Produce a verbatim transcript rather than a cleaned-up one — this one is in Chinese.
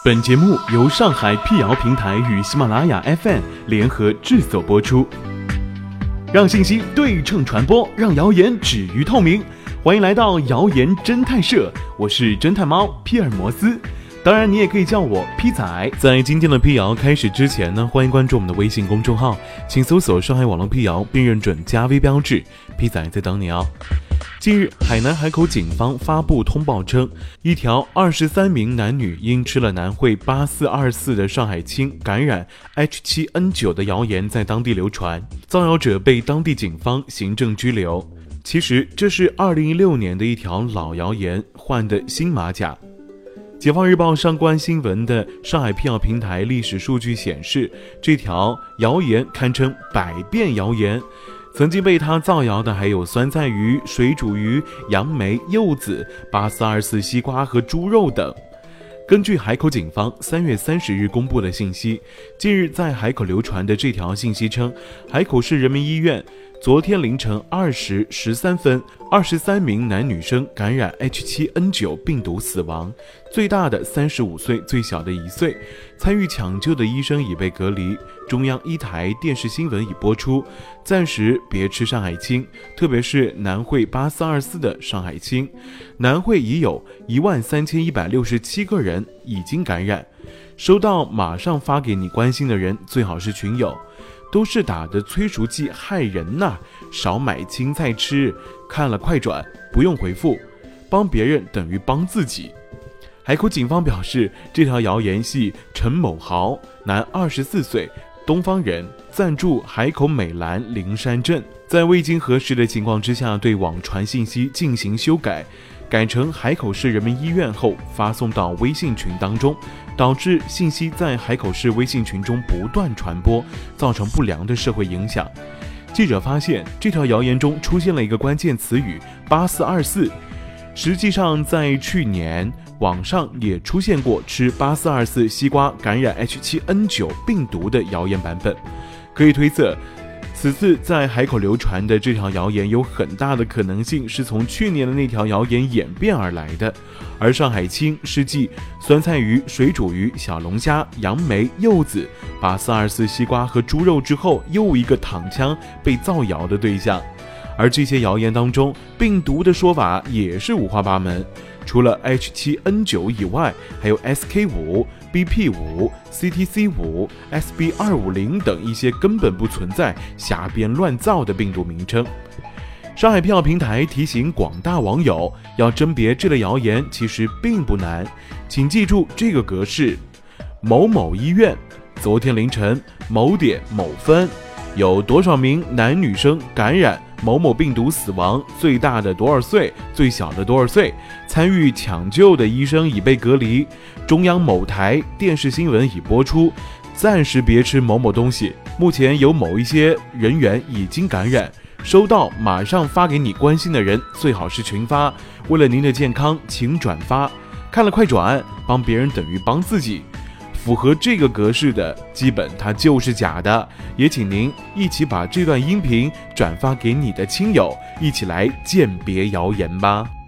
本节目由上海辟谣平台与喜马拉雅 F M 联合制作播出，让信息对称传播，让谣言止于透明。欢迎来到谣言侦探社，我是侦探猫皮尔摩斯，当然你也可以叫我 P 仔。在今天的辟谣开始之前呢，欢迎关注我们的微信公众号，请搜索上海网络辟谣并认准加 V 标志， P 仔在等你哦。近日，海南海口警方发布通报称，一条二十三名男女因吃了南汇八四二四的上海青感染 H 七 N 九 的谣言在当地流传，造谣者被当地警方行政拘留。其实这是二零一六年的一条老谣言换的新马甲。解放日报上官新闻的上海辟谣平台历史数据显示，这条谣言堪称百变谣言。曾经被他造谣的还有酸菜鱼、水煮鱼、杨梅、柚子、八四二四西瓜和猪肉等。根据海口警方三月三十日公布的信息，近日在海口流传的这条信息称，海口市人民医院昨天凌晨二时十三分，二十三名男女生感染 H 七 N 九 病毒死亡，最大的三十五岁，最小的一岁。参与抢救的医生已被隔离。中央一台电视新闻已播出，暂时别吃上海青，特别是南汇八四二四的上海青。南汇已有一万三千一百六十七个人已经感染。收到马上发给你关心的人，最好是群友。都是打的催熟剂害人呐、啊，少买青菜吃，看了快转，不用回复，帮别人等于帮自己。海口警方表示，这条谣言系陈某豪，男二十四岁，东方人，暂住海口美兰灵山镇，在未经核实的情况之下对网传信息进行修改，改成海口市人民医院后发送到微信群当中，导致信息在海口市微信群中不断传播，造成不良的社会影响。记者发现，这条谣言中出现了一个关键词语八四二四，实际上在去年网上也出现过吃八四二四西瓜感染 H 七 N 九 病毒的谣言版本。可以推测，此次在海口流传的这条谣言有很大的可能性是从去年的那条谣言演变而来的，而上海青是继酸菜鱼、水煮鱼、小龙虾、杨梅、柚子、八四二四西瓜和猪肉之后又一个躺枪被造谣的对象。而这些谣言当中，病毒的说法也是五花八门，除了 H 七 N 九 以外，还有 S K 五、B P 五、C T C 五、S B 二五零 等一些根本不存在、瞎编乱造的病毒名称。上海辟谣平台提醒广大网友，要甄别这类谣言其实并不难，请记住这个格式：某某医院，昨天凌晨某点某分，有多少名男女生感染某某病毒死亡，最大的多少岁，最小的多少岁，参与抢救的医生已被隔离，中央某台电视新闻已播出，暂时别吃某某东西，目前有某一些人员已经感染，收到马上发给你关心的人，最好是群发，为了您的健康请转发，看了快转，帮别人等于帮自己。符合这个格式的，基本它就是假的，也请您一起把这段音频转发给你的亲友，一起来鉴别谣言吧。